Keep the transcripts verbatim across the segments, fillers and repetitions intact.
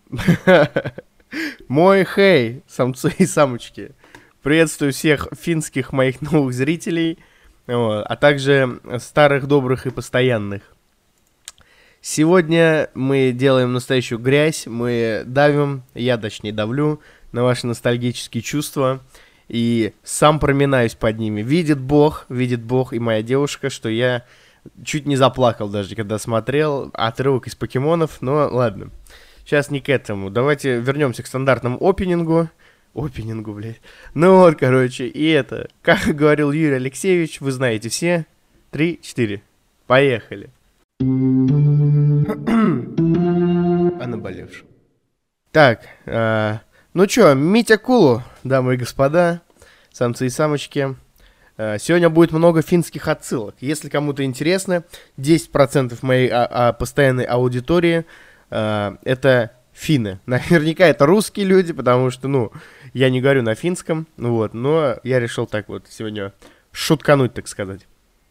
Мой хей, самцы и самочки. Приветствую всех финских моих новых зрителей, вот, а также старых, добрых и постоянных. Сегодня мы делаем настоящую грязь, мы давим, я точнее давлю, на ваши ностальгические чувства и сам проминаюсь под ними. Видит Бог, видит Бог и моя девушка, что я чуть не заплакал даже, когда смотрел отрывок из покемонов, но ладно. Сейчас не к этому. Давайте вернемся к стандартному опенингу. Опенингу, блядь. Ну вот, короче, и это. Как говорил Юрий Алексеевич, вы знаете все. Три, четыре. Поехали. О наболевшем. Так, э, ну чё, Митя Кулу, дамы и господа, самцы и самочки. Э, сегодня будет много финских отсылок. Если кому-то интересно, десять процентов моей а- а постоянной аудитории Uh, это финны. Наверняка это русские люди, потому что, ну, я не говорю на финском, вот, но я решил так вот сегодня шуткануть, так сказать.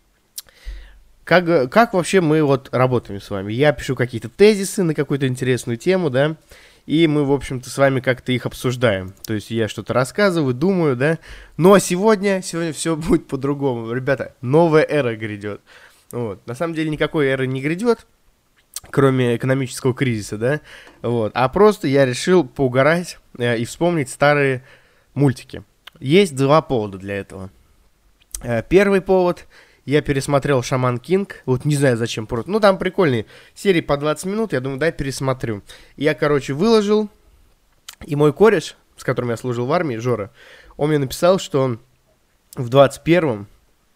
Как, как вообще мы вот работаем с вами? Я пишу какие-то тезисы на какую-то интересную тему, да, и мы, в общем-то, с вами как-то их обсуждаем. То есть я что-то рассказываю, думаю, да, но сегодня, сегодня все будет по-другому. Ребята, новая эра грядет. Вот. На самом деле никакой эры не грядет, кроме экономического кризиса, да, вот, а просто я решил поугарать э, и вспомнить старые мультики. Есть два повода для этого. Э, первый повод, я пересмотрел «Шаман Кинг», вот не знаю зачем, просто, ну там прикольные серии по двадцать минут, я думаю, дай пересмотрю. Я, короче, выложил, и мой кореш, с которым я служил в армии, Жора, он мне написал, что в двадцать первом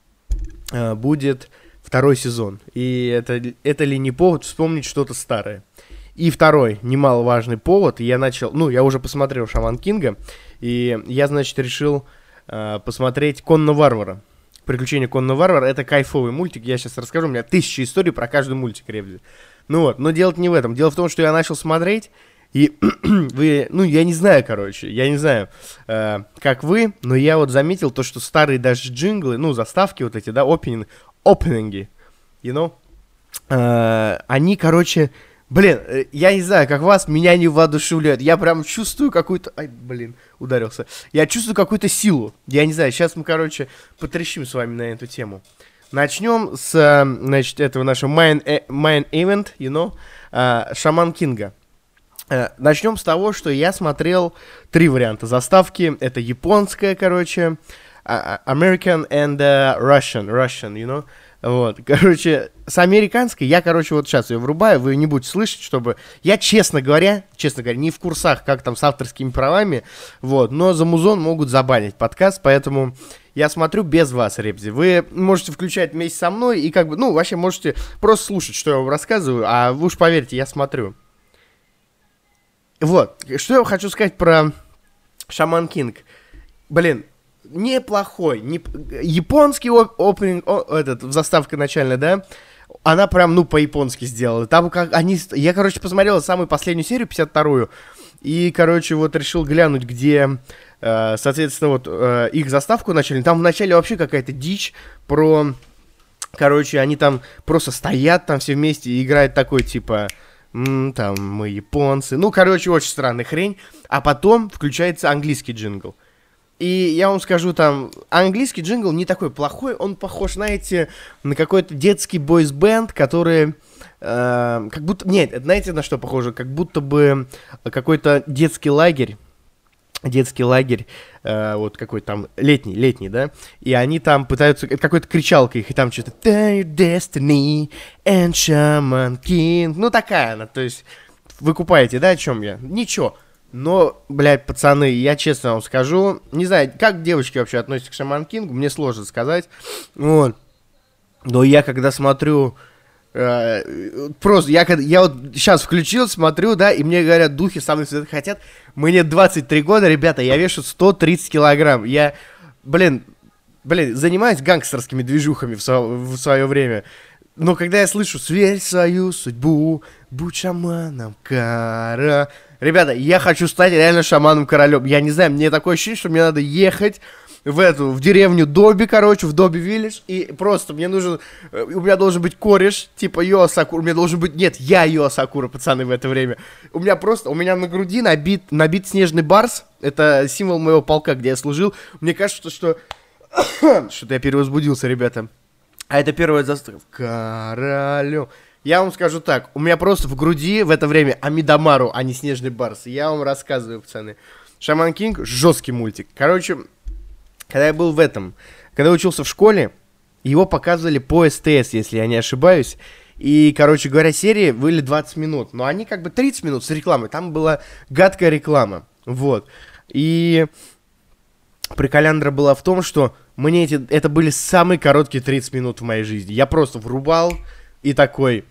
э, будет второй сезон. И это, это ли не повод вспомнить что-то старое? И второй, немаловажный повод, я начал, ну, я уже посмотрел «Шаман Кинга», и я, значит, решил э, посмотреть «Конна Варвара». «Приключения Конна Варвара» — это кайфовый мультик, я сейчас расскажу, у меня тысяча историй про каждый мультик, ребята. Ну вот, но дело не в этом, дело в том, что я начал смотреть, и вы, ну, я не знаю, короче, я не знаю, э, как вы, но я вот заметил то, что старые даже джинглы, ну, заставки вот эти, да, опенинг, опенинги, you know, uh, они, короче, блин, я не знаю, как вас, меня не воодушевляют, я прям чувствую какую-то, ай, блин, ударился, я чувствую какую-то силу, я не знаю, сейчас мы, короче, потрещим с вами на эту тему. Начнем с, значит, этого нашего main, main event, you know, uh, «Шаман Кинга». Uh, начнем с того, что я смотрел три варианта заставки, это японская, короче, American and uh, Russian, Russian, you know, вот, короче, с американской я, короче, вот сейчас ее врубаю, вы не будете слышать, чтобы, я, честно говоря, честно говоря, не в курсах, как там с авторскими правами, вот, но за музон могут забанить подкаст, поэтому я смотрю без вас, ребзи, вы можете включать вместе со мной и как бы, ну, вообще можете просто слушать, что я вам рассказываю, а вы уж поверьте, я смотрю. Вот, что я хочу сказать про «Шаман Кинг», блин, неплохой, не... японский опенинг, этот, заставка начальная, да, она прям, ну, по-японски сделала, там как они, я, короче, посмотрел самую последнюю серию, пятьдесят вторую, и, короче, вот решил глянуть, где, э, соответственно, вот, э, их заставку начали, там вначале вообще какая-то дичь про, короче, они там просто стоят там все вместе и играют такой, типа... М, там, мы японцы, ну, короче, очень странная хрень, а потом включается английский джингл. И я вам скажу, там, английский джингл не такой плохой, он похож, знаете, на какой-то детский бойс-бенд, который, э, как будто, нет, знаете, на что похоже, как будто бы какой-то детский лагерь, детский лагерь, э, вот какой-то там летний, летний, да, и они там пытаются, это какой-то кричалка их, и там что-то Destiny and Shaman King, ну такая она, то есть вы купаете, да, о чем я? Ничего. Но, блядь, пацаны, я честно вам скажу, не знаю, как девочки вообще относятся к «Шаман Кингу, мне сложно сказать, вот, но я когда смотрю, э, просто, я, я вот сейчас включил, смотрю, да, и мне говорят, духи со мной всегда хотят, мне двадцать три года, ребята, я вешу сто тридцать килограмм, я, блин, блин, занимаюсь гангстерскими движухами в, со, в свое время. Но когда я слышу «Сверь свою судьбу, будь шаманом кара». Ребята, я хочу стать реально шаманом-королем. Я не знаю, мне такое ощущение, что мне надо ехать в эту, в деревню Добби, короче, в Добби Виллидж, и просто мне нужен, э, у меня должен быть кореш, типа Йо Сакура, у меня должен быть, нет, я Йо Сакура, пацаны, в это время. У меня просто, у меня на груди набит, набит снежный барс, это символ моего полка, где я служил. Мне кажется, что, что-то я перевозбудился, ребята. А это первая заставка. Королю. Я вам скажу так, у меня просто в груди в это время Амидамару, а не Снежный Барс. Я вам рассказываю, пацаны. Шаман Кинг — жесткий мультик. Короче, когда я был в этом, когда я учился в школе, его показывали по СТС, если я не ошибаюсь. И, короче говоря, серии были двадцать минут. Но они как бы тридцать минут с рекламой. Там была гадкая реклама. Вот. И приколяндра была в том, что мне эти, это были самые короткие тридцать минут в моей жизни. Я просто врубал и такой,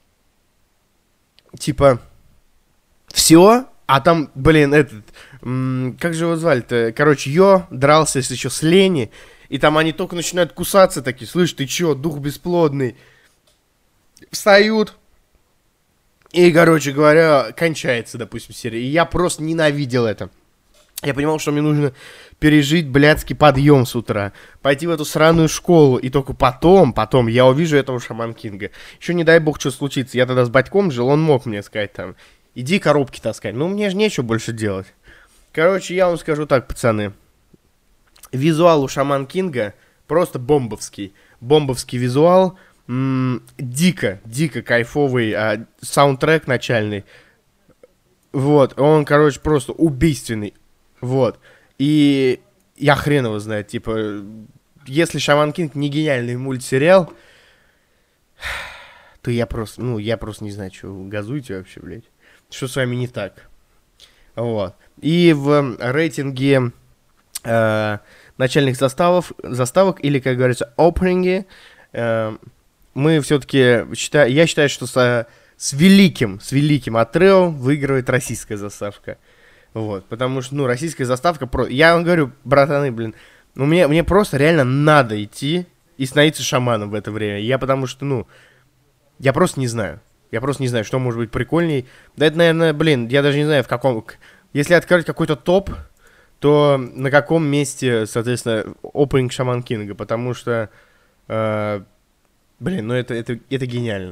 типа, все, а там, блин, этот, м- как же его звали-то? Короче, Йо дрался еще с Лени, и там они только начинают кусаться такие, слышь, ты че, дух бесплодный? Встают, и, короче говоря, кончается, допустим, серия. И я просто ненавидел это. Я понимал, что мне нужно пережить блядский подъем с утра, пойти в эту сраную школу, и только потом, потом я увижу этого Шаман Кинга. Еще не дай бог, что случится. Я тогда с батьком жил, он мог мне сказать там, иди коробки таскать. Ну, мне же нечего больше делать. Короче, я вам скажу так, пацаны. Визуал у Шаман Кинга просто бомбовский. Бомбовский визуал. М-м, дико, дико кайфовый а, саундтрек начальный. Вот, он, короче, просто убийственный. Вот. И я хрен его знает, типа, если Шаман Кинг не гениальный мультсериал, то я просто, ну, я просто не знаю, что вы газуете вообще, блядь. Что с вами не так? Вот. И в рейтинге э, начальных заставов, заставок, или, как говорится, опенинги, э, мы все-таки, считаем, я считаю, что со, с великим, с великим отрывом выигрывает российская заставка. Вот, потому что, ну, российская заставка, про... я вам говорю, братаны, блин, ну, мне, мне просто реально надо идти и становиться шаманом в это время. Я потому что, ну, я просто не знаю. Я просто не знаю, что может быть прикольней. Да это, наверное, блин, я даже не знаю, в каком... Если открыть какой-то топ, то на каком месте, соответственно, опенинг Шаман Кинга, потому что, э, блин, ну, это, это, это гениально.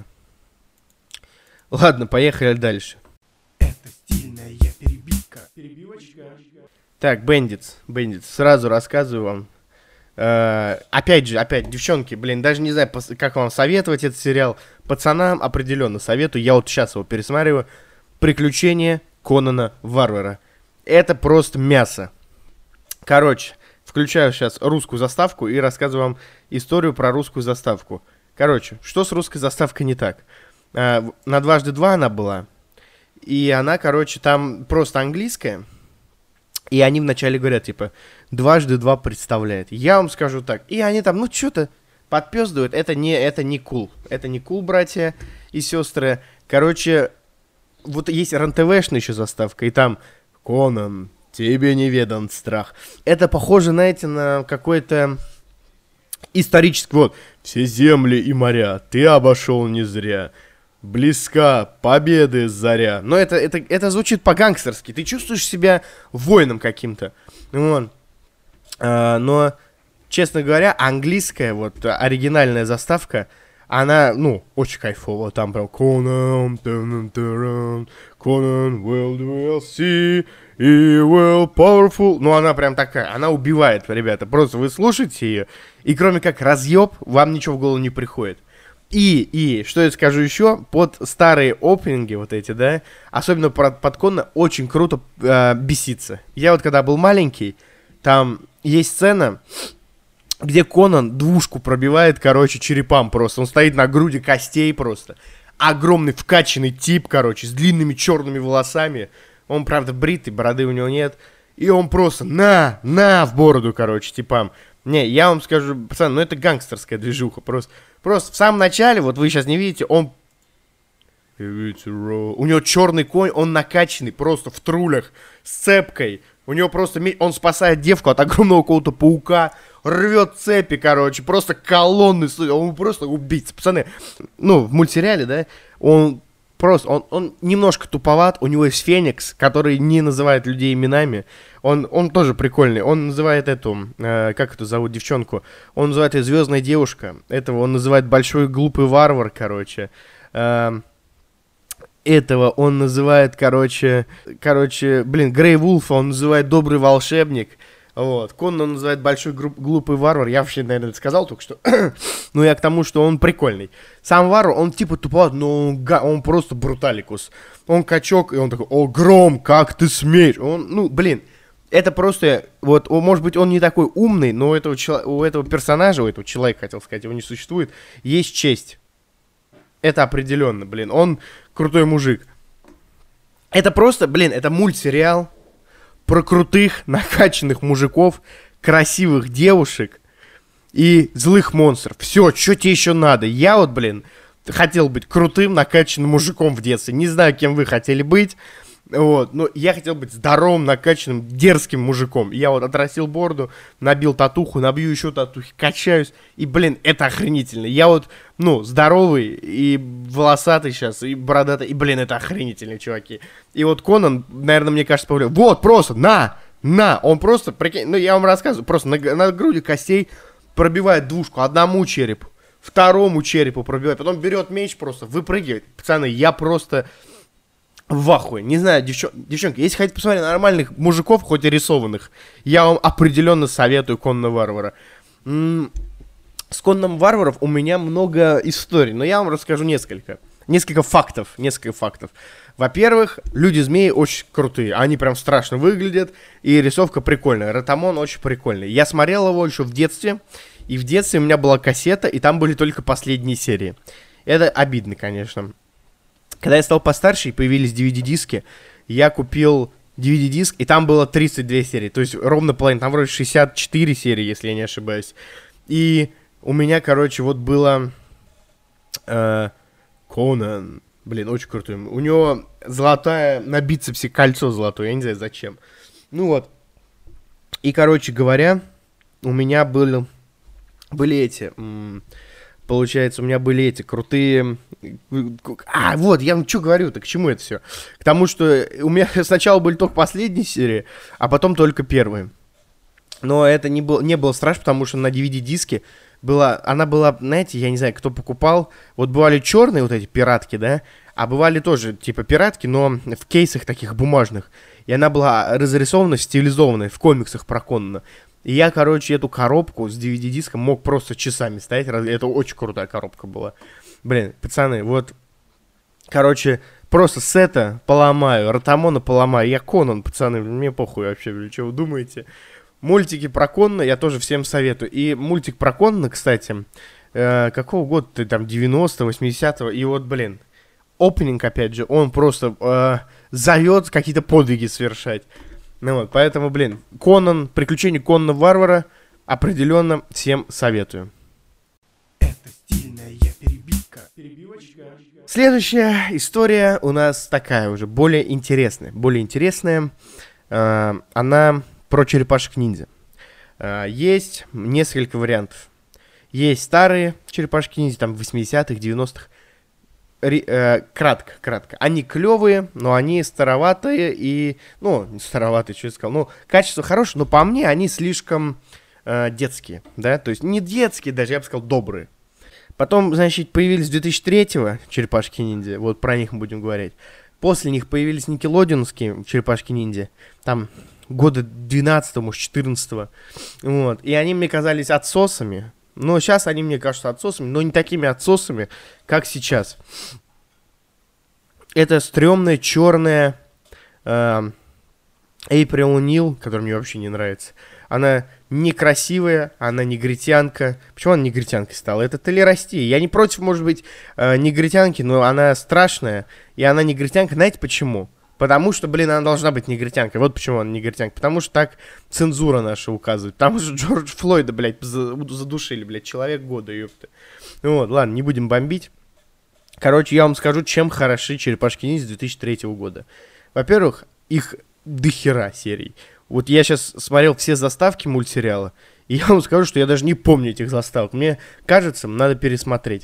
Ладно, поехали дальше. Это стильная перебивка. Перебивочка. Так, Бендитс, Бендитс, сразу рассказываю вам. Э, опять же, опять, девчонки, блин, даже не знаю, как вам советовать этот сериал. Пацанам определенно советую. Я вот сейчас его пересматриваю. «Приключения Конана Варвара». Это просто мясо. Короче, включаю сейчас русскую заставку и рассказываю вам историю про русскую заставку. Короче, что с русской заставкой не так? Э, на «Дважды два» она была. И она, короче, там просто английская. И они вначале говорят, типа, «Дважды два» представляет. Я вам скажу так. И они там, ну, что-то подпёздывают. Это не, это не кул. Это не кул, братья и сестры. Короче, вот есть эр эн тэ вэ-шная еще заставка. И там «Конан, тебе неведан страх». Это похоже, знаете, на какой-то исторический... Вот. «Все земли и моря ты обошел не зря. Близка победы заря». Но это, это, это звучит по-гангстерски. Ты чувствуешь себя воином каким-то. Вот. А, но, честно говоря, английская, вот, оригинальная заставка, она, ну, очень кайфовая. Там прям «Конан, Конан, will will see, he will powerful». Ну, она прям такая, она убивает, ребята. Просто вы слушаете ее, и кроме как разъеб, вам ничего в голову не приходит. И, и, что я скажу еще, под старые опенинги вот эти, да, особенно под, под Конана, очень круто э, беситься. Я вот когда был маленький, там есть сцена, где Конан двушку пробивает, короче, черепам просто. Он стоит на груди костей просто. Огромный вкачанный тип, короче, с длинными черными волосами. Он, правда, бритый, бороды у него нет. И он просто на, на в бороду, короче, типам. Не, я вам скажу, пацан, ну это гангстерская движуха. Просто, просто в самом начале, вот вы сейчас не видите, он... У него черный конь, он накачанный, просто в трулях, с цепкой. У него просто... Он спасает девку от огромного какого-то паука, рвет цепи, короче, просто колонны, он просто убийца. Пацаны, ну, в мультсериале, да, он просто, он, он немножко туповат, у него есть Феникс, который не называет людей именами, он, он тоже прикольный, он называет эту, э, как эту зовут девчонку, он называет ее Звездная девушка, этого он называет Большой глупый варвар, короче, э, этого он называет, короче, короче, блин, Грей Вулфа он называет Добрый волшебник. Вот, Конан называет Большой гру- глупый варвар. Я вообще, наверное, это сказал только что. Но я к тому, что он прикольный. Сам варвар, он типа туповат, но он, га- он просто бруталикус. Он качок, и он такой: о, Гром, как ты смеешь? Он, ну, блин, это просто, вот, он, может быть, он не такой умный, но у этого, чело- у этого персонажа, у этого человека, хотел сказать, его не существует, есть честь. Это определенно, блин, он крутой мужик. Это просто, блин, это мультсериал про крутых, накачанных мужиков, красивых девушек и злых монстров. Все, что тебе еще надо? Я вот, блин, хотел быть крутым, накачанным мужиком в детстве. Не знаю, кем вы хотели быть. Вот, но я хотел быть здоровым, накачанным, дерзким мужиком. Я вот отрастил бороду, набил татуху, набью еще татухи, качаюсь. И, блин, это охренительно. Я вот, ну, здоровый и волосатый сейчас, и бородатый. И, блин, это охренительно, чуваки. И вот Конан, наверное, мне кажется, повлиял. Вот, просто, на, на. Он просто, прикинь, ну, я вам рассказываю, просто на, на груди костей пробивает двушку одному черепу, второму черепу пробивает. Потом берет меч просто, выпрыгивает. Пацаны, я просто... в ахуе. Не знаю, девчон... девчонки, если хотите посмотреть нормальных мужиков, хоть и рисованных, я вам определенно советую Конана Варвара. М-м- с Конаном Варваров у меня много историй, но я вам расскажу несколько. Несколько фактов, несколько фактов. Во-первых, Люди-змеи очень крутые, они прям страшно выглядят, и рисовка прикольная. Ротамон очень прикольный. Я смотрел его еще в детстве, и в детстве у меня была кассета, и там были только последние серии. Это обидно, конечно. Когда я стал постарше и появились ди ви ди-диски, я купил ди ви ди-диск, и там было тридцать две серии. То есть ровно половина, там вроде шестьдесят четыре серии, если я не ошибаюсь. И у меня, короче, вот было... Э, Конан. Блин, очень крутой. У него золотая на бицепсе кольцо золотое, я не знаю зачем. Ну вот. И, короче говоря, у меня были, были эти... М- Получается, у меня были эти крутые... А, вот, я что говорю-то, к чему это все? К тому, что у меня сначала были только последние серии, а потом только первые. Но это не было, не было страшно, потому что на ди ви ди-диске была... Она была, знаете, я не знаю, кто покупал. Вот бывали черные вот эти пиратки, да? А бывали тоже, типа, пиратки, но в кейсах таких бумажных. И она была разрисована, стилизованная, в комиксах про Конана. И я, короче, эту коробку с ди ви ди-диском мог просто часами ставить. Это очень крутая коробка была. Блин, пацаны, вот, короче, просто Сета поломаю, Ротамона поломаю. Я Конан, пацаны, мне похуй вообще, что вы думаете. Мультики про Конана я тоже всем советую. И мультик про Конана, кстати, э, какого года ты там, девяностого, восьмидесятого. И вот, блин, опенинг, опять же, он просто э, зовет какие-то подвиги совершать. Ну вот, поэтому, блин, Конан, приключения Конана Варвара определенно всем советую. Это стильная перебивка. Перебивочка. Следующая история у нас такая уже, более интересная. Более интересная. Э, она про черепашек-ниндзя. Э, есть несколько вариантов. Есть старые черепашки-ниндзя, там, восьмидесятых, девяностых. Ри, э, кратко, кратко. Они клевые, но они староватые и... Ну, не староватые, что я сказал. Ну, качество хорошее, но по мне они слишком э, детские, да? То есть не детские даже, я бы сказал, добрые. Потом, значит, появились две тысячи третьего черепашки-ниндзя. Вот про них мы будем говорить. После них появились никелодеоновские черепашки-ниндзя. Там года двенадцатого, может, четырнадцатого. Вот. И они мне казались отсосами. Но сейчас они мне кажутся отсосами, но не такими отсосами, как сейчас. Это стрёмная, черная э, Эйприл О'Нил, которая мне вообще не нравится. Она некрасивая, она негритянка. Почему она негритянкой стала? Это толерастия. Я не против, может быть, э, негритянки, но она страшная, и она негритянка. Знаете почему? Потому что, блин, она должна быть негритянкой. Вот почему она негритянка. Потому что так цензура наша указывает. Потому что Джордж Флойда, блядь, задушили, блядь, человек года, ёпта. Ну вот, ладно, не будем бомбить. Короче, я вам скажу, чем хороши черепашки-ниндзя две тысячи третьего года. Во-первых, их дохера серий. Вот я сейчас смотрел все заставки мультсериала, и я вам скажу, что я даже не помню этих заставок. Мне кажется, надо пересмотреть.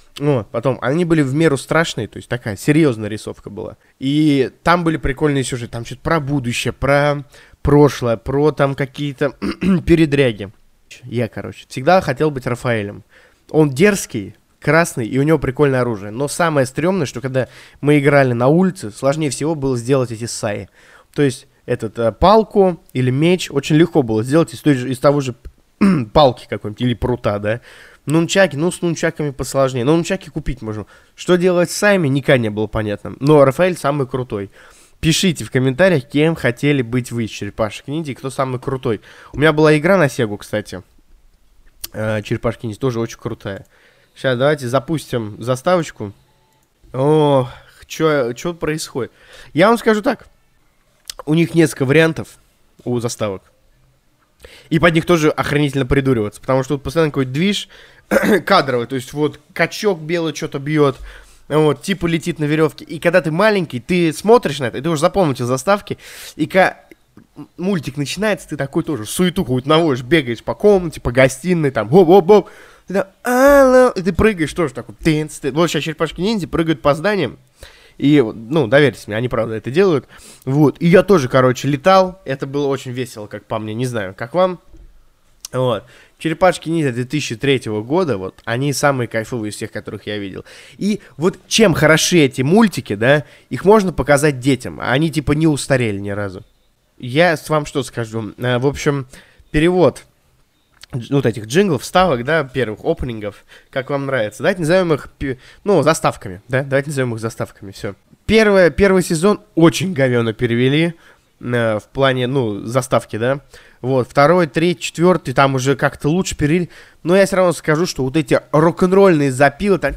Вот, потом, они были в меру страшные, то есть такая серьезная рисовка была. И там были прикольные сюжеты, там что-то про будущее, про прошлое, про там какие-то передряги. Я, короче, всегда хотел быть Рафаэлем. Он дерзкий, красный, и у него прикольное оружие. Но самое стрёмное, что когда мы играли на улице, сложнее всего было сделать эти саи. То есть, этот, э, палку или меч очень легко было сделать из, той же, из того же палки какой-нибудь или прута, да. Нунчаки, ну, с нунчаками посложнее. Но нунчаки купить можно. Что делать с сами, никогда не было понятно. Но Рафаэль самый крутой. Пишите в комментариях, кем хотели быть вы из Черепашек-ниндзя, и кто самый крутой. У меня была игра на Сегу, кстати. Э, Черепашки-ниндзя тоже очень крутая. Сейчас давайте запустим заставочку. О, что происходит? Я вам скажу так. У них несколько вариантов у заставок. И под них тоже охренительно придуриваться. Потому что тут постоянно какой-то движ кадровый. То есть вот качок белый что-то бьет. Вот, типа летит на веревке. И когда ты маленький, ты смотришь на это, и ты уже запомнил эти заставки. И когда мультик начинается, ты такой тоже суету какую-то наводишь, бегаешь по комнате, по гостиной, там, оп-оп-оп. Ты там, алло, и ты прыгаешь тоже такой. Тынц, тынц. Вот сейчас черепашки-ниндзя прыгают по зданиям. И, ну, доверьтесь мне, они правда это делают. Вот, и я тоже, короче, летал. Это было очень весело, как по мне, не знаю, как вам. Вот. Черепашки-ниндзя две тысячи третьего года, вот, они самые кайфовые из всех, которых я видел. И вот чем хороши эти мультики, да, их можно показать детям, а они, типа, не устарели ни разу. Я вам что скажу, в общем, перевод вот этих джинглов, вставок, да, первых опенингов, как вам нравится. Давайте назовем их, ну, заставками, да, давайте назовем их заставками, все. Первое, первый сезон очень говёно перевели, э, в плане, ну, заставки, да. Вот, второй, третий, четвертый, там уже как-то лучше перевели. Но я все равно скажу, что вот эти рок-н-ролльные запилы, там,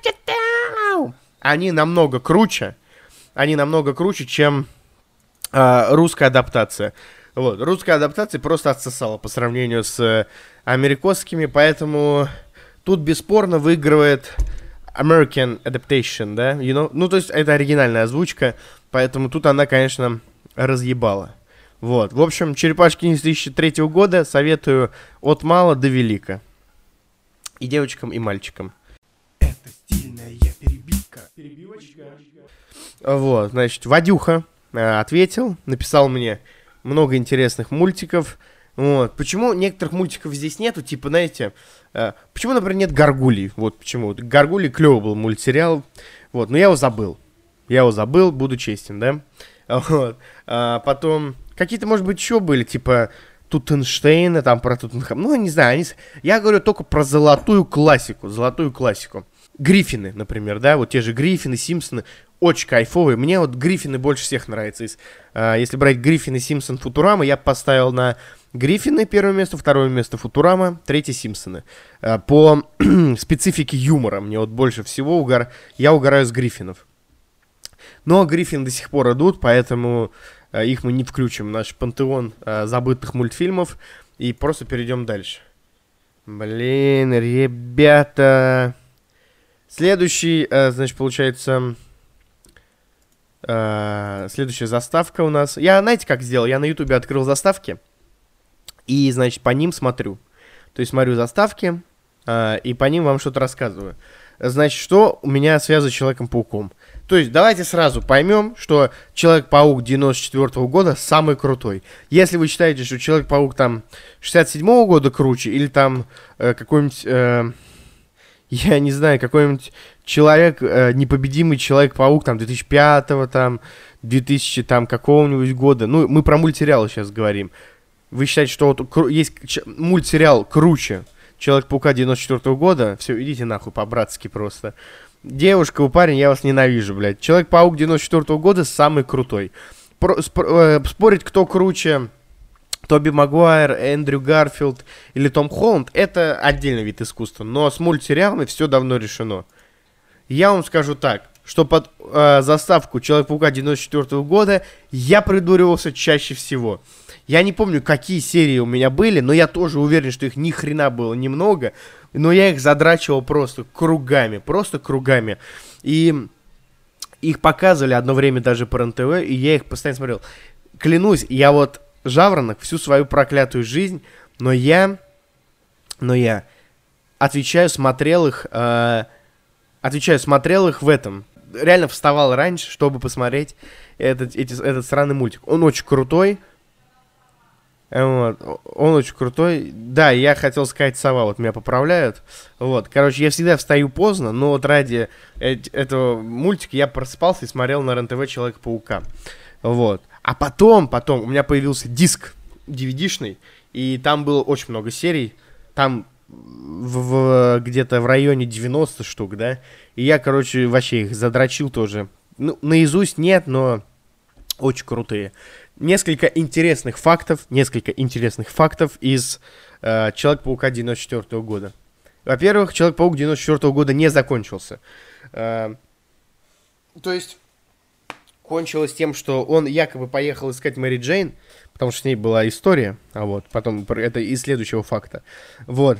они намного круче, они намного круче, чем э, русская адаптация. Вот, русская адаптация просто отсосала по сравнению с э, америкосскими, поэтому тут бесспорно выигрывает American Adaptation, да, you know? Ну, то есть это оригинальная озвучка, поэтому тут она, конечно, разъебала. Вот, в общем, Черепашки-ниндзя две тысячи третьего года советую от мала до велика. И девочкам, и мальчикам. Это стильная перебивка. Перебивочка. Вот, значит, Вадюха э, ответил, написал мне много интересных мультиков. Вот. Почему некоторых мультиков здесь нету, типа, знаете, э, почему, например, нет Гаргулий? Вот почему. Гаргулий клёвый был мультсериал. Вот, но я его забыл. Я его забыл, буду честен, да? Вот. А потом, какие-то, может быть, еще были, типа, Тутенштейна, там, про Тутенхам. Ну, не знаю, они... я говорю только про золотую классику, золотую классику. Гриффины, например, да, вот те же Гриффины, Симпсоны, очень кайфовые. Мне вот Гриффины больше всех нравятся. Из, э, если брать Гриффины, Симпсон, Футурама, я поставил на Гриффины первое место, второе место Футурама, третье Симпсоны. Э, по специфике юмора мне вот больше всего угор... я угораю с Гриффинов. Но Гриффины до сих пор идут, поэтому э, их мы не включим в наш пантеон э, забытых мультфильмов и просто перейдем дальше. Блин, ребята... Следующий, э, значит, получается, э, следующая заставка у нас. Я, знаете, как сделал? Я на ютубе открыл заставки и, значит, по ним смотрю. То есть смотрю заставки э, и по ним вам что-то рассказываю. Значит, что у меня связано с Человеком-пауком? То есть давайте сразу поймем, что Человек-паук девяносто четвёртого года самый крутой. Если вы считаете, что Человек-паук там шестьдесят седьмого года круче или там э, какой-нибудь... Э, я не знаю, какой-нибудь человек, э, непобедимый Человек-паук, там, две тысячи пятого, там, две тысячи, там, какого-нибудь года. Ну, мы про мультсериалы сейчас говорим. Вы считаете, что вот кру- есть ч- мультсериал круче Человек-паука девяносто четвёртого года? Все, идите нахуй по-братски просто. Девушка, вы парень, я вас ненавижу, блядь. Человек-паук девяносто четвёртого года самый крутой. Про- спор- э, спорить, кто круче... Тоби Магуайр, Эндрю Гарфилд или Том Холланд — это отдельный вид искусства. Но с мультсериалами все давно решено. Я вам скажу так, что под э, заставку Человек-паука девяносто четвёртого года я придуривался чаще всего. Я не помню, какие серии у меня были, но я тоже уверен, что их ни хрена было немного. Но я их задрачивал просто кругами, просто кругами. И их показывали одно время даже по эр эн тэ вэ, и я их постоянно смотрел. Клянусь, я вот... Жаворонок всю свою проклятую жизнь, но я, но я, отвечаю, смотрел их э, отвечаю, смотрел их в этом. Реально вставал раньше, чтобы посмотреть этот, эти, этот странный мультик. Он очень крутой. Вот. Он очень крутой. Да, я хотел сказать сова, вот меня поправляют. Вот. Короче, я всегда встаю поздно, но вот ради э- этого мультика я просыпался и смотрел на РЕН-ТВ Человека-паука. Вот. А потом, потом у меня появился диск ди ви ди-шный, и там было очень много серий. Там в, в, где-то в районе девяносто штук, да. И я, короче, вообще их задрочил тоже. Ну, наизусть нет, но очень крутые. Несколько интересных фактов, несколько интересных фактов из э, Человека-паука девяносто четвёртого года. Во-первых, Человек-паук девяносто четвёртого года не закончился. Э, то есть, кончилось тем, что он якобы поехал искать Мэри Джейн, потому что с ней была история, а вот, потом, это из следующего факта. Вот.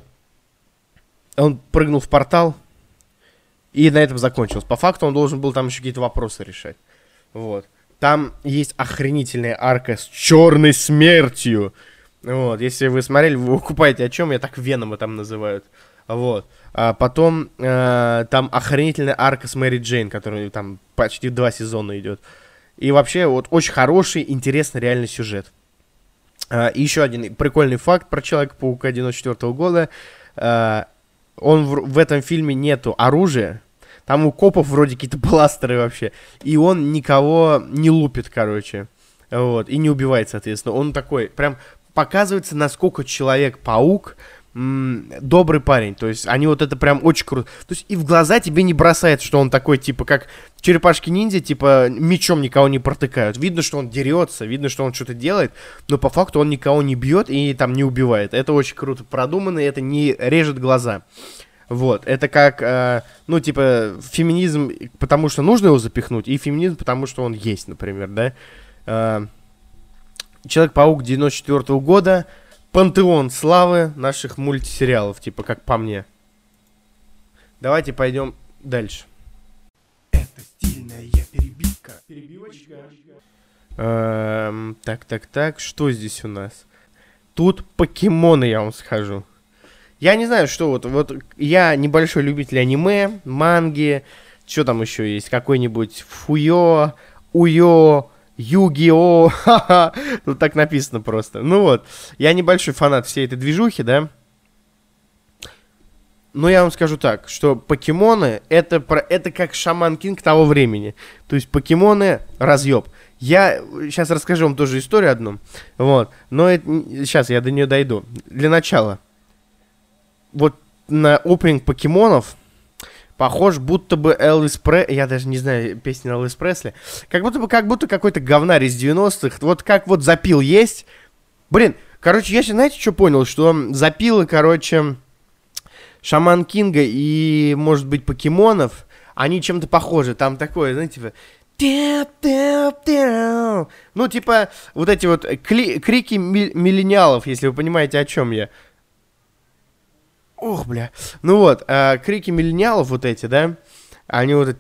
Он прыгнул в портал, и на этом закончилось. По факту он должен был там еще какие-то вопросы решать. Вот. Там есть охренительная арка с черной смертью. Вот. Если вы смотрели, вы укупаете, о чем я так Венома там называют. Вот. А потом э, там охренительная арка с Мэри Джейн, которая там почти два сезона идет. И вообще вот очень хороший, интересный реальный сюжет. А, и еще один прикольный факт про Человека-паука девяносто четвёртого года. А, он в, в этом фильме нету оружия. Там у копов вроде какие-то бластеры вообще. И он никого не лупит, короче. Вот. И не убивает, соответственно. Он такой, прям показывается, насколько Человек-паук м- добрый парень. То есть они вот это прям очень круто. То есть и в глаза тебе не бросает, что он такой, типа, как черепашки-ниндзя, типа, мечом никого не протыкают. Видно, что он дерется, видно, что он что-то делает, но по факту он никого не бьет и там не убивает. Это очень круто продумано, и это не режет глаза. Вот, это как, э, ну, типа, феминизм, потому что нужно его запихнуть, и феминизм, потому что он есть, например, да. Э, Человек-паук девяносто четвёртого года, пантеон славы наших мультсериалов, типа, как по мне. Давайте пойдем дальше. Это стильная перебивка. Перебивочка. Эм, так, так, так, что здесь у нас? Тут покемоны, я вам скажу. Я не знаю, что вот, вот я небольшой любитель аниме, манги, что там еще есть, какой-нибудь Фуё, Уё, Ю-Ги-О, ха-ха, тут так написано просто. Ну вот, я небольшой фанат всей этой движухи, да. Но я вам скажу так, что покемоны, это, про, это как Шаман Кинг того времени. То есть покемоны разъеб. Я сейчас расскажу вам тоже историю одну, вот, но это, сейчас я до нее дойду. Для начала. Вот на опенинг покемонов похож будто бы Элвис Пресли, я даже не знаю песни Элвис Пресли, как будто бы как будто какой-то говнарь из девяностых, вот как вот запил есть. Блин, короче, я сейчас, знаете, что понял, что запилы, короче, Шаман Кинга и, может быть, покемонов, они чем-то похожи, там такое, знаете, типа... Ну, типа, вот эти вот кли- крики миллениалов, если вы понимаете, о чем я. Ох, бля. Ну вот, э, крики миллениалов вот эти, да, они вот...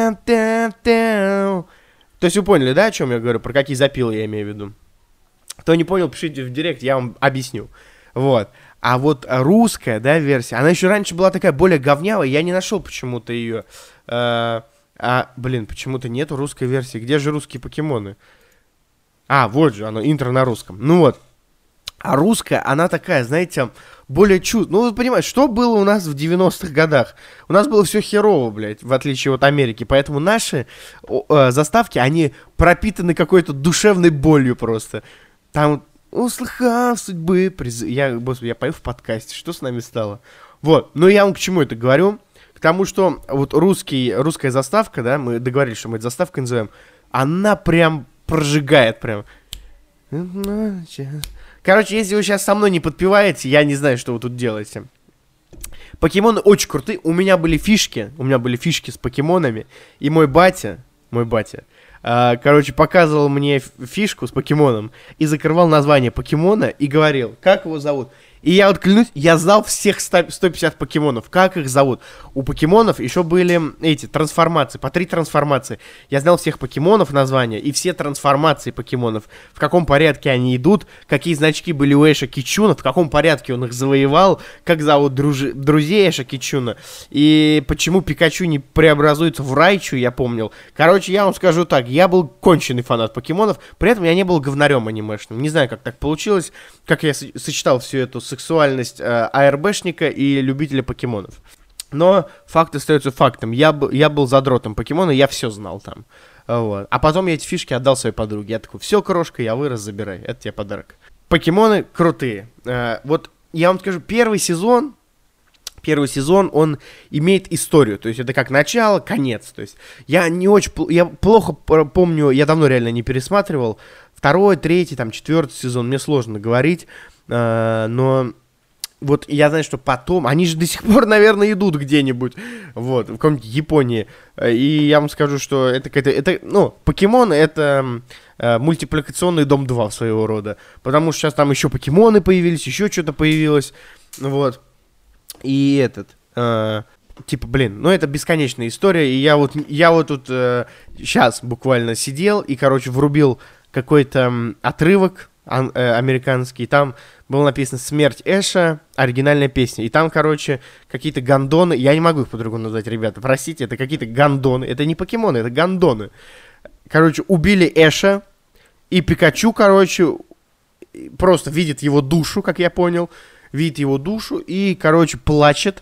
То есть вы поняли, да, о чем я говорю, про какие запилы я имею в виду? Кто не понял, пишите в директ, я вам объясню. Вот. А вот русская, да, версия, она еще раньше была такая более говнявая, я не нашел почему-то ее. Э, а, блин, почему-то нету русской версии. Где же русские покемоны? А, вот же оно, интро на русском. Ну вот. А русская, она такая, знаете, более чуть... Ну, вы понимаете, что было у нас в девяностых годах? У нас было все херово, блядь, в отличие от Америки. Поэтому наши э, заставки, они пропитаны какой-то душевной болью просто. Там, услыхав судьбы... Приз... Я, господи, я пою в подкасте, что с нами стало? Вот, но я вам к чему это говорю? К тому, что вот русский, русская заставка, да, мы договорились, что мы эту заставкой назовем, она прям прожигает, прям... Короче, если вы сейчас со мной не подпеваете, я не знаю, что вы тут делаете. Покемоны очень крутые. У меня были фишки. У меня были фишки с покемонами. И мой батя, мой батя, э, короче, показывал мне фишку с покемоном. И закрывал название покемона и говорил, как его зовут. И я вот клянусь, я знал всех сто пятьдесят покемонов, как их зовут. У покемонов еще были эти трансформации, по три трансформации. Я знал всех покемонов названия и все трансформации покемонов. В каком порядке они идут, какие значки были у Эша Кичуна, в каком порядке он их завоевал, как зовут дружи, друзей Эша Кичуна. И почему Пикачу не преобразуется в Райчу, я помнил. Короче, я вам скажу так, я был конченый фанат покемонов, при этом я не был говнарем анимешным. Не знаю, как так получилось, как я сочетал всю эту сексуальность э, АРБшника и любителя покемонов. Но факт остается фактом. Я, б, я был задротом покемона, я все знал там. Вот. А потом я эти фишки отдал своей подруге. Я такой, все, крошка, я вырос, забирай. Это тебе подарок. Покемоны крутые. Э, вот я вам скажу, первый сезон, первый сезон, он имеет историю. То есть это как начало, конец. То есть я не очень, я плохо помню, я давно реально не пересматривал. Второй, третий, там, четвертый сезон, мне сложно говорить. Uh, но вот я знаю, что потом, они же до сих пор, наверное, идут где-нибудь, вот, в каком-нибудь Японии, и я вам скажу, что это какая-то, это, ну, покемоны это uh, мультипликационный Дом два своего рода, потому что сейчас там еще покемоны появились, еще что-то появилось, вот, и этот, uh, типа, блин, ну это бесконечная история, и я вот, я вот тут uh, сейчас буквально сидел и, короче, врубил какой-то um, отрывок, Ан- э, американский, там было написано «Смерть Эша», оригинальная песня, и там, короче, какие-то гандоны, я не могу их по-другому назвать, ребята, простите, это какие-то гандоны, это не покемоны, это гандоны, короче, убили Эша, и Пикачу, короче, просто видит его душу, как я понял, видит его душу, и, короче, плачет,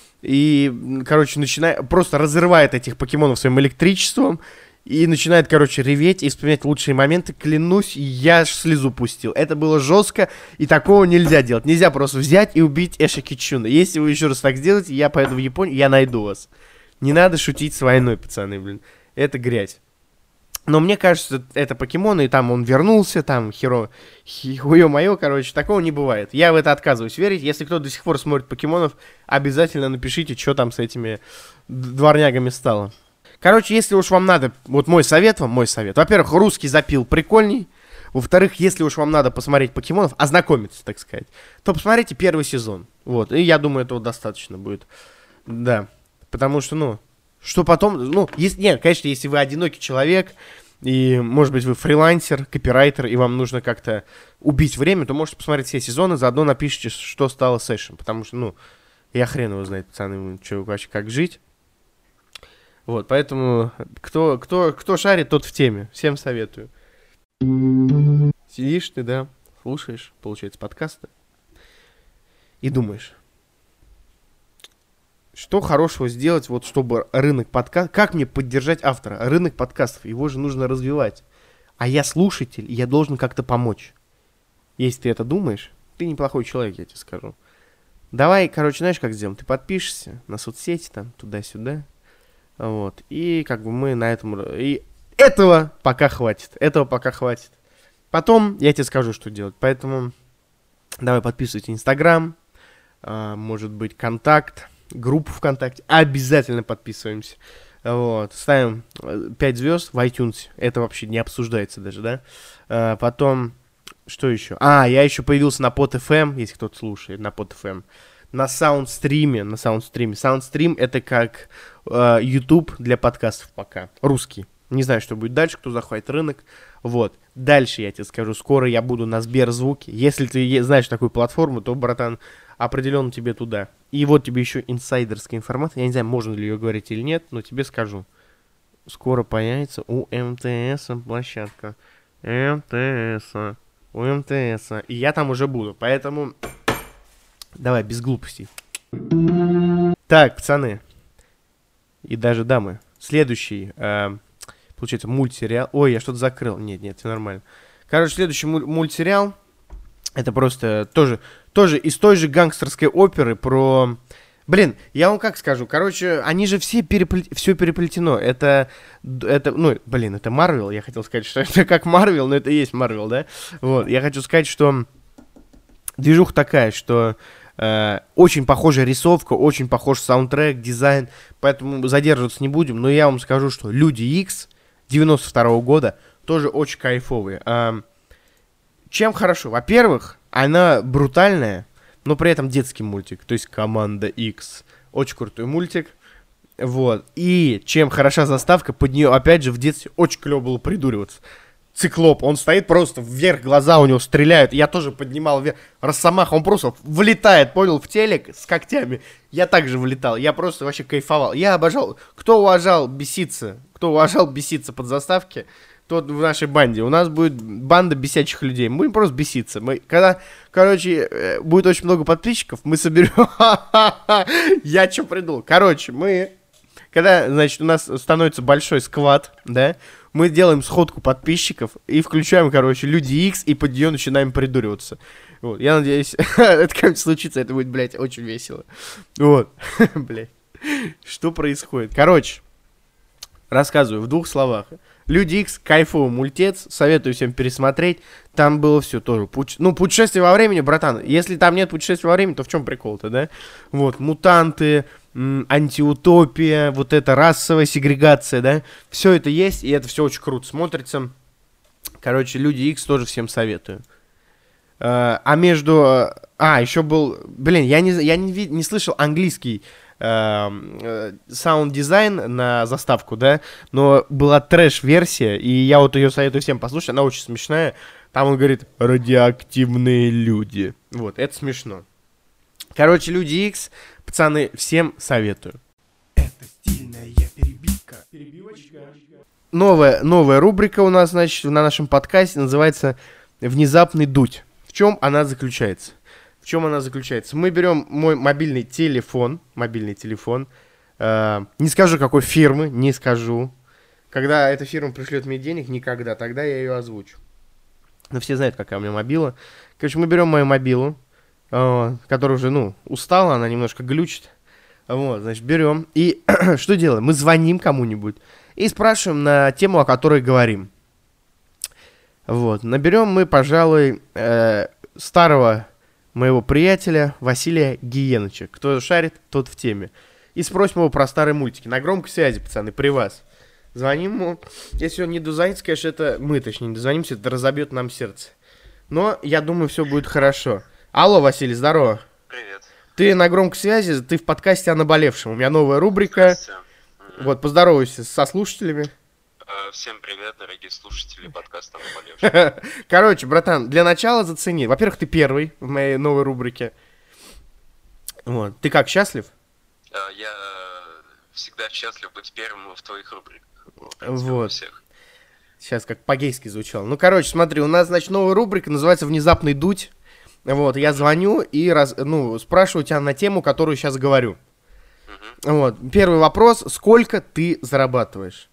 и, короче, начинает, просто разрывает этих покемонов своим электричеством, и начинает, короче, реветь и вспоминать лучшие моменты. Клянусь, я аж слезу пустил. Это было жестко, и такого нельзя делать. Нельзя просто взять и убить Эша Кичуна. Если вы еще раз так сделаете, я поеду в Японию, я найду вас. Не надо шутить с войной, пацаны, блин. Это грязь. Но мне кажется, это покемоны, и там он вернулся, там херо... Хуё-моё, короче, такого не бывает. Я в это отказываюсь верить. Если кто до сих пор смотрит покемонов, обязательно напишите, что там с этими дворнягами стало. Короче, если уж вам надо, вот мой совет вам, мой совет. Во-первых, русский запил прикольней. Во-вторых, если уж вам надо посмотреть покемонов, ознакомиться, так сказать, то посмотрите первый сезон. Вот, и я думаю, этого достаточно будет. Да, потому что, ну, что потом, ну, если, нет, конечно, если вы одинокий человек, и, может быть, вы фрилансер, копирайтер, и вам нужно как-то убить время, то можете посмотреть все сезоны, заодно напишите, что стало с Эшем. Потому что, ну, я хрен его знает, пацаны, что вообще, как жить. Вот, поэтому кто, кто, кто шарит, тот в теме. Всем советую. Сидишь ты, да, слушаешь, получается, подкасты. И думаешь, что хорошего сделать, вот чтобы рынок подкастов... Как мне поддержать автора? Рынок подкастов, его же нужно развивать. А я слушатель, и я должен как-то помочь. Если ты это думаешь, ты неплохой человек, я тебе скажу. Давай, короче, знаешь, как сделаем? Ты подпишешься на соцсети, там, туда-сюда. Вот, и как бы мы на этом... И этого пока хватит, этого пока хватит. Потом я тебе скажу, что делать. Поэтому давай подписывайте Инстаграм, а, может быть, Контакт, группу ВКонтакте. Обязательно подписываемся. Вот, ставим пять звезд в iTunes. Это вообще не обсуждается даже, да? А, потом, что еще? А, я еще появился на Pod.эф эм, если кто-то слушает, на Pod.эф эм. На саундстриме, на саундстриме. Саундстрим это как э, YouTube для подкастов пока. Русский. Не знаю, что будет дальше, кто захватит рынок. Вот. Дальше я тебе скажу, скоро я буду на Сберзвуке. Если ты знаешь такую платформу, то, братан, определенно тебе туда. И вот тебе еще инсайдерская информация. Я не знаю, можно ли ее говорить или нет, но тебе скажу. Скоро появится у эм тэ эс площадка. эм тэ эс. У эм тэ эс. И я там уже буду. Поэтому... Давай, без глупостей. Так, пацаны. И даже дамы. Следующий, э, получается, мультсериал. Ой, я что-то закрыл. Нет, нет, все нормально. Короче, следующий муль- мультсериал. Это просто тоже, тоже из той же гангстерской оперы про... Блин, я вам как скажу. Короче, они же все переплет... все переплетено. Это, это, ну, блин, это Марвел. Я хотел сказать, что это как Марвел, но это и есть Марвел, да? Вот, я хочу сказать, что движуха такая, что... Uh, очень похожая рисовка, очень похож саундтрек, дизайн, поэтому задерживаться не будем, но я вам скажу, что Люди Икс девяносто второго года тоже очень кайфовые. Uh, чем хорошо? Во-первых, она брутальная, но при этом детский мультик, то есть «Команда Икс». Очень крутой мультик. Вот. И чем хороша заставка, под нее, опять же, в детстве очень клево было придуриваться. Циклоп, он стоит просто вверх, глаза у него стреляют. Я тоже поднимал вверх. Росомаха, он просто влетает, понял, в телек с когтями. Я также влетал, я просто вообще кайфовал. Я обожал. Кто уважал беситься, кто уважал беситься под заставки, тот в нашей банде. У нас будет банда бесячих людей. Мы будем просто беситься. Мы, когда, короче, будет очень много подписчиков, мы соберем... Я что придумал? Короче, мы... Когда, значит, у нас становится большой сквад, да, мы делаем сходку подписчиков и включаем, короче, Люди Икс, и под нее начинаем придуриваться. Вот, я надеюсь, это как-нибудь случится, это будет, блядь, очень весело. Вот, блядь, что происходит? Короче, рассказываю в двух словах. Люди Икс, кайфовый мультец, советую всем пересмотреть. Там было все тоже. Пуч... Ну, путешествие во времени, братан. Если там нет путешествия во времени, то в чем прикол-то, да? Вот, мутанты, м- антиутопия, вот эта расовая сегрегация, да? Все это есть, и это все очень круто смотрится. Короче, Люди Икс тоже всем советую. А, а между... А, еще был... Блин, я не, я не, вид... не слышал английский саунд-дизайн на заставку, да, но была трэш-версия, и я вот ее советую всем послушать, она очень смешная. Там он говорит «радиоактивные люди». Вот, это смешно. Короче, Люди Икс, пацаны, всем советую. Это стильная перебивка. Перебивочка. Новая, новая рубрика у нас, значит, на нашем подкасте называется «Внезапный дуть». В чем она заключается? В чем она заключается? Мы берем мой мобильный телефон, мобильный телефон, э, не скажу какой фирмы, не скажу. Когда эта фирма пришлет мне денег, никогда, тогда я ее озвучу. Но все знают, какая у меня мобила. Короче, мы берем мою мобилу, э, которая уже, ну, устала, она немножко глючит. Вот, значит, берем и что делаем? Мы звоним кому-нибудь и спрашиваем на тему, о которой говорим. Вот, наберем мы, пожалуй, э, старого... моего приятеля Василия Гиеныча. Кто шарит, тот в теме. И спросим его про старые мультики. На громкой связи, пацаны, при вас. Звоним ему. Если он не дозвонится, конечно, это мы, точнее, не дозвонимся, это разобьет нам сердце. Но я думаю, все будет хорошо. Алло, Василий, здорово. Привет. Ты на громкой связи, ты в подкасте о наболевшем. У меня новая рубрика. Вот, поздоровайся со слушателями. Всем привет, дорогие слушатели подкаста «Наболевший». Короче, братан, для начала зацени. Во-первых, ты первый в моей новой рубрике. Вот. Ты как, счастлив? Я всегда счастлив быть первым в твоих рубриках. Вот. Сейчас как по-гейски звучало. Ну, короче, смотри, у нас, значит, новая рубрика, называется «Внезапный дуть». Вот, я звоню и раз, ну, спрашиваю тебя на тему, которую сейчас говорю. Угу. Вот, первый вопрос. Сколько ты зарабатываешь?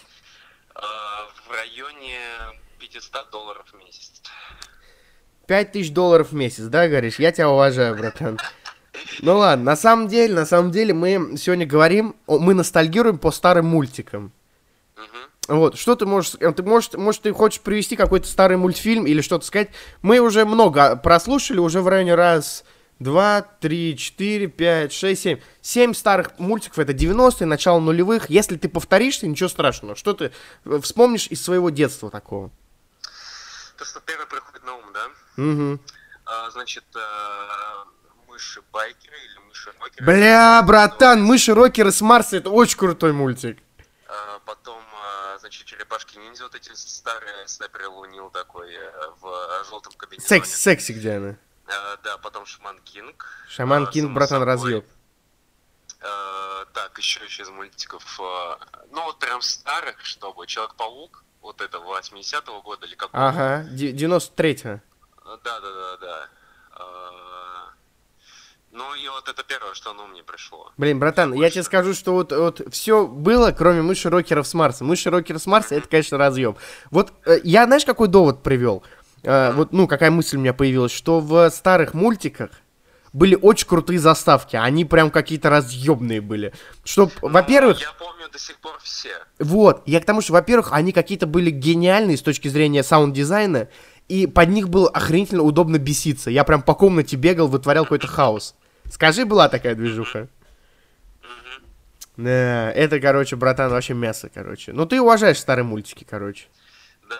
В районе пятьсот долларов в месяц. Пять тысяч долларов в месяц, да, говоришь? Я тебя уважаю, братан. Ну ладно, на самом деле, на самом деле мы сегодня говорим, мы ностальгируем по старым мультикам. Угу. Вот, что ты можешь, ты можешь, может, ты хочешь привести какой-то старый мультфильм или что-то сказать? Мы уже много прослушали, уже в районе раз, два, три, четыре, пять, шесть, семь. Семь старых мультиков, это девяностые, начало нулевых. Если ты повторишься, ничего страшного. Что ты вспомнишь из своего детства такого? То, что первое приходит на ум, да? Угу. А, значит, а, мыши-байкеры или мыши-рокеры. Бля, братан, мыши-рокеры с Марса, это очень крутой мультик. А, потом, а, значит, черепашки-ниндзя, вот эти старые, снайпер Лунил такой, в желтом кабинете. Секси, секси, где она? Uh, да, потом Шаман Кинг. Шаман uh, Кинг, братан, разъеб. Uh, так, еще, еще из мультиков. Uh, ну, вот прям старых, чтобы. Человек-паук, вот это восьмидесятого года или какого? Ага, девяносто третьего. Uh, да, да, да, да. Uh, ну, и вот это первое, что оно мне пришло. Блин, братан, я тебе скажу, что вот, вот все было, кроме мыши-рокеров с Марса. Мыши-рокеры с Марса, mm-hmm. это, конечно, разъеб. Вот э, я, знаешь, какой довод привел? Uh, вот, ну, какая мысль у меня появилась, что в старых мультиках были очень крутые заставки, они прям какие-то разъебные были. Что, ну, во-первых... Я помню до сих пор все. Вот, я к тому, что, во-первых, они какие-то были гениальные с точки зрения саунд-дизайна, и под них было охренительно удобно беситься. Я прям по комнате бегал, вытворял какой-то хаос. Скажи, была такая движуха? Mm-hmm. Да, это, короче, братан, вообще мясо, короче. Ну, ты уважаешь старые мультики, короче. Да, да,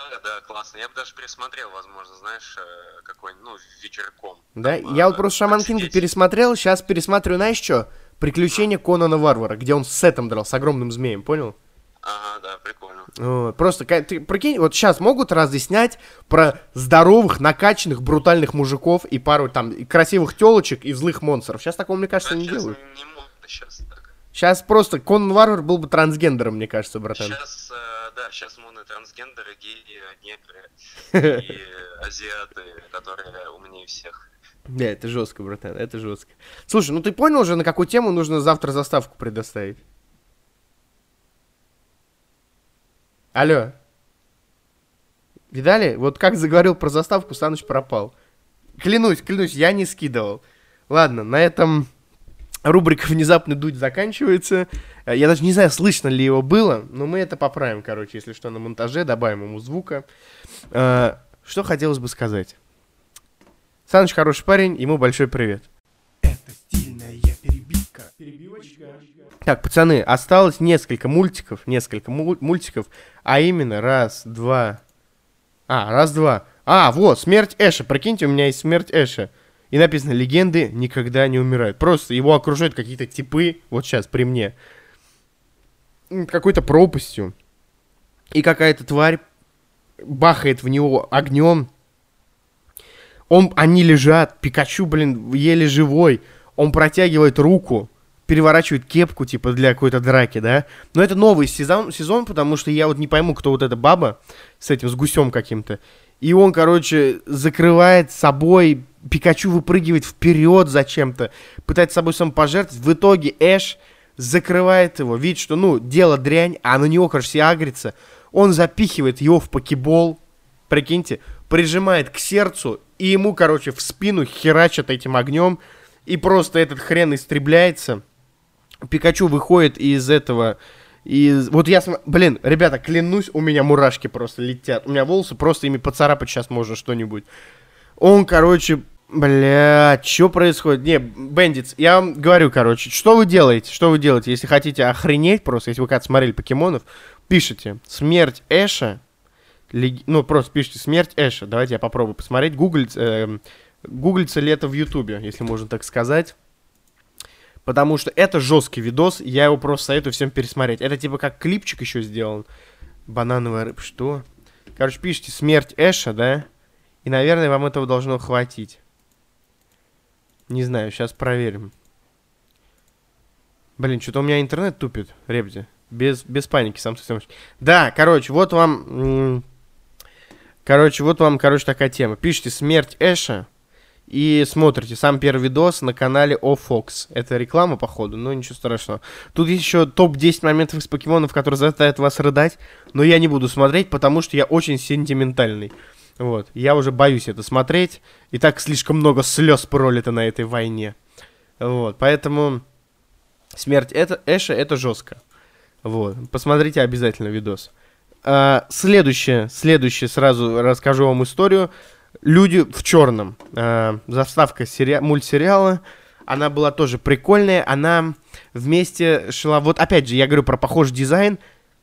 классно. Я бы даже пересмотрел, возможно, знаешь, э, какой-нибудь, ну, вечерком. Да, Там, я э, вот просто Шаман Кинга посидеть. пересмотрел, сейчас пересматриваю, знаешь что? Приключения Конана Варвара, где он с Сетом драл, с огромным змеем, понял? Ага, да, прикольно. Вот, просто, ка- ты прикинь, вот сейчас могут разве снять про здоровых, накачанных, брутальных мужиков и пару там и красивых телочек и злых монстров. Сейчас такого, мне кажется, Да, не сейчас делают. не модно сейчас так. Сейчас просто Конан Варвар был бы трансгендером, мне кажется, братан. Сейчас, э, да, сейчас модные трансгендеры, геи, негры и азиаты, которые умнее всех. Да, это жестко, братан, это жестко. Слушай, ну ты понял уже, на какую тему нужно завтра заставку предоставить? Алло. Видали? Вот как заговорил про заставку, Саныч пропал. Клянусь, клянусь, я не скидывал. Ладно, на этом рубрика «Внезапный дуть» заканчивается. Э, Я даже не знаю, слышно ли его было, но мы это поправим, короче, если что, на монтаже, добавим ему звука. Э, Что хотелось бы сказать? Саныч хороший парень, ему большой привет. Это стильная перебивка. Перебивочка. Так, пацаны, осталось несколько мультиков, несколько мул- мультиков, а именно раз, два, а, раз, два, а, вот, смерть Эша, прикиньте, у меня есть смерть Эша, и написано, легенды никогда не умирают, просто его окружают какие-то типы, вот сейчас при мне, м, какой-то пропастью, и какая-то тварь бахает в него огнем, он, они лежат, Пикачу, блин, еле живой, он протягивает руку, переворачивает кепку, типа, для какой-то драки, да. Но это новый сезон, сезон, потому что я вот не пойму, кто вот эта баба с этим, с гусем каким-то. И он, короче, закрывает собой, Пикачу выпрыгивает вперед зачем-то, пытается собой сам пожертвовать. В итоге Эш закрывает его, видит, что, ну, дело дрянь, а на него, короче, все агрится. Он запихивает его в покебол, прикиньте, прижимает к сердцу, и ему, короче, в спину херачат этим огнем, и просто этот хрен истребляется. Пикачу выходит из этого... Из... Вот я... см- Блин, ребята, клянусь, у меня мурашки просто летят. У меня волосы просто ими поцарапать сейчас можно что-нибудь. Он, короче... Бля, что происходит? Не, Бендитс, я вам говорю, короче, что вы делаете? Что вы делаете? Если хотите охренеть просто, если вы когда-то смотрели покемонов, пишите «Смерть Эша». Лег... Ну, просто пишите «Смерть Эша». Давайте я попробую посмотреть. Гуглить... Э... Гуглится ли это в Ютубе, если можно так сказать. Потому что это жесткий видос, я его просто советую всем пересмотреть. Это типа как клипчик еще сделан. Банановая рыба, что? Короче, пишите «Смерть Эша», да? И, наверное, вам этого должно хватить. Не знаю, сейчас проверим. Блин, что-то у меня интернет тупит, ребята. Без, без паники, сам совсем. Да, короче, вот вам... м- Короче, вот вам, короче, такая тема. Пишите «Смерть Эша». И смотрите сам первый видос на канале О-Фокс. Это реклама, походу, но ничего страшного. Тут есть еще топ десять моментов из покемонов, которые заставят вас рыдать. Но я не буду смотреть, потому что я очень сентиментальный. Вот. Я уже боюсь это смотреть. И так слишком много слез пролито на этой войне. Вот. Поэтому смерть это, Эша это жестко. Вот. Посмотрите обязательно видос. А, следующее, следующее, сразу расскажу вам историю. «Люди в черном». Э, заставка сери... мультсериала. Она была тоже прикольная. Она вместе шла... Вот опять же, я говорю про похожий дизайн.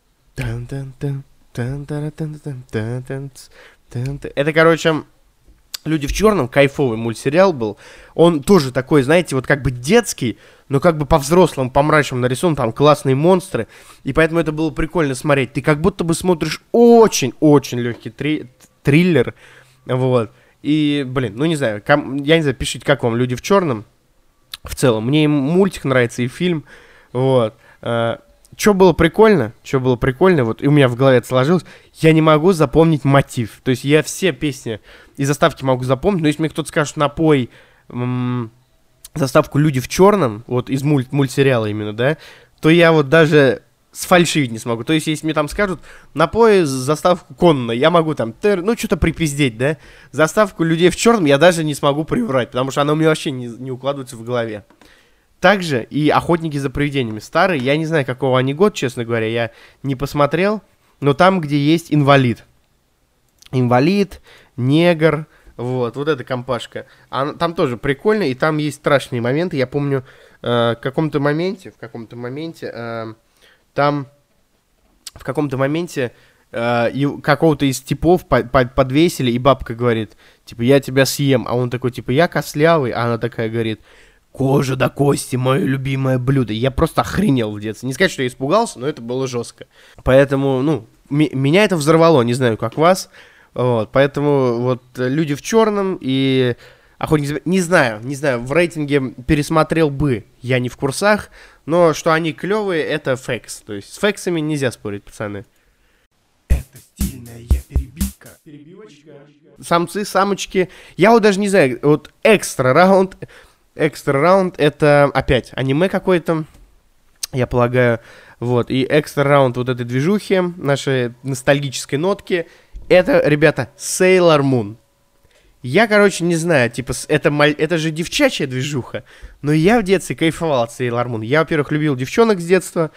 Это, короче, «Люди в черном». Кайфовый мультсериал был. Он тоже такой, знаете, вот как бы детский, но как бы по-взрослому, по-мрачному нарисован. Там классные монстры. И поэтому это было прикольно смотреть. Ты как будто бы смотришь очень-очень легкий три... триллер. Вот. И, блин, ну не знаю, ком- я не знаю, пишите, как вам «Люди в черном». В целом, мне и мультик нравится, и фильм. Вот. Что было прикольно, что было прикольно, вот и у меня в голове это сложилось, я не могу запомнить мотив. То есть я все песни и заставки могу запомнить, но если мне кто-то скажет «Напой», м- заставку «Люди в черном», вот из мульт- мультсериала именно, да, то я вот даже... сфальшивить не смогу. То есть, если мне там скажут, напой заставку Конана, я могу там, тыр, ну, что-то припиздеть, да? Заставку «Людей в черном» я даже не смогу приврать, потому что она у меня вообще не, не укладывается в голове. Также и «Охотники за привидениями». Старые, я не знаю, какого они год, честно говоря, я не посмотрел, но там, где есть инвалид. Инвалид, негр, вот, вот эта компашка. Она, там тоже прикольно, и там есть страшные моменты. Я помню, э, в каком-то моменте, в каком-то моменте... Э, Там в каком-то моменте э, и какого-то из типов по- по- подвесили, и бабка говорит, типа, я тебя съем. А он такой, типа, я костлявый, а она такая говорит, кожа до кости, мое любимое блюдо. Я просто охренел в детстве. Не сказать, что я испугался, но это было жестко. Поэтому, ну, м- меня это взорвало, не знаю, как вас. Вот, поэтому вот «Люди в черном» и «Охотник за...» Не знаю, не знаю, в рейтинге пересмотрел бы, я не в курсах, но что они клевые, это фэкс. То есть с фэксами нельзя спорить, пацаны. Это стильная перебивка. Перебивочка. Самцы, самочки, я вот даже не знаю, вот экстра раунд, экстра раунд это опять аниме какое-то, я полагаю, вот, и экстра раунд вот этой движухи, нашей ностальгической нотки, это, ребята, Sailor Moon. Я, короче, не знаю, типа, это, маль... это же девчачья движуха, но я в детстве кайфовал от Sailor Moon. Я, во-первых, любил девчонок с детства,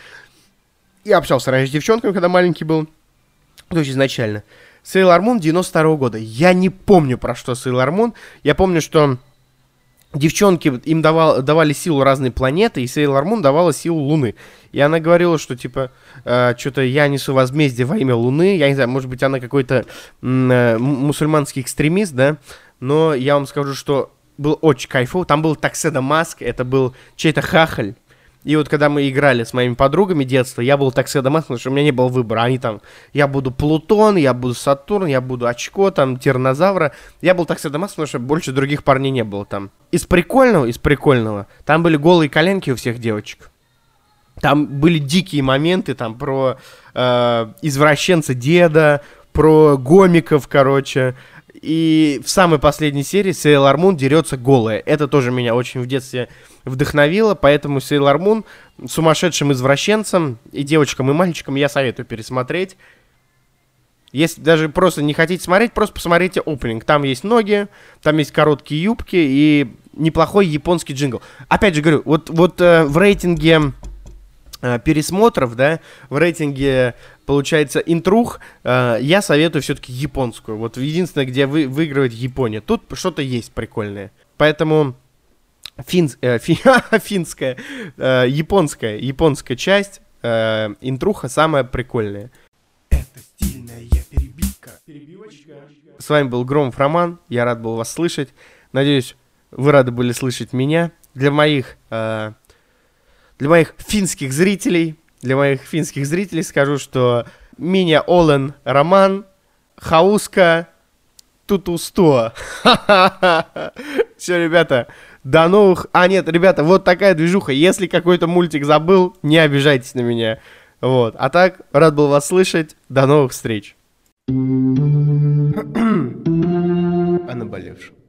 я общался раньше с девчонками, когда маленький был, то есть изначально. Sailor Moon девяносто второго года. Я не помню, про что Sailor Moon. Я помню, что девчонки, им давал, давали силу разные планеты, и Sailor Moon давала силу Луны. И она говорила, что, типа, э, что-то я несу возмездие во имя Луны. Я не знаю, может быть, она какой-то м- э, мусульманский экстремист, да? Но я вам скажу, что был очень кайфово. Там был Такседа Маск, это был чей-то хахаль. И вот когда мы играли с моими подругами детства, я был Такседа Маск, потому что у меня не было выбора. Они там, я буду Плутон, я буду Сатурн, я буду Очко, там, Тираннозавра. Я был Такседа Маск, потому что больше других парней не было там. Из прикольного, из прикольного, там были голые коленки у всех девочек. Там были дикие моменты, там, про э, извращенца деда, про гомиков, короче. И в самой последней серии Sailor Moon дерется голая. Это тоже меня очень в детстве вдохновило, поэтому Sailor Moon сумасшедшим извращенцам и девочкам, и мальчикам я советую пересмотреть. Если даже просто не хотите смотреть, просто посмотрите опенинг. Там есть ноги, там есть короткие юбки и неплохой японский джингл. Опять же говорю, вот, вот э, в рейтинге э, пересмотров, да, в рейтинге, получается, интрух, э, я советую все-таки японскую. Вот единственное, где вы, выигрывает Япония. Тут что-то есть прикольное. Поэтому фин, э, фи, финская, э, японская, японская часть, э, интруха самая прикольная. Это стильная перебивка. Перебивочка. С вами был Громов Роман, я рад был вас слышать. Надеюсь, вы рады были слышать меня. Для моих, э, для моих финских зрителей, для моих финских зрителей скажу, что меня Олен Роман, Хауска, Тутусто. Все, ребята, до новых... А, нет, ребята, вот такая движуха. Если какой-то мультик забыл, не обижайтесь на меня. Вот. А так, рад был вас слышать. До новых встреч. О наболевшем.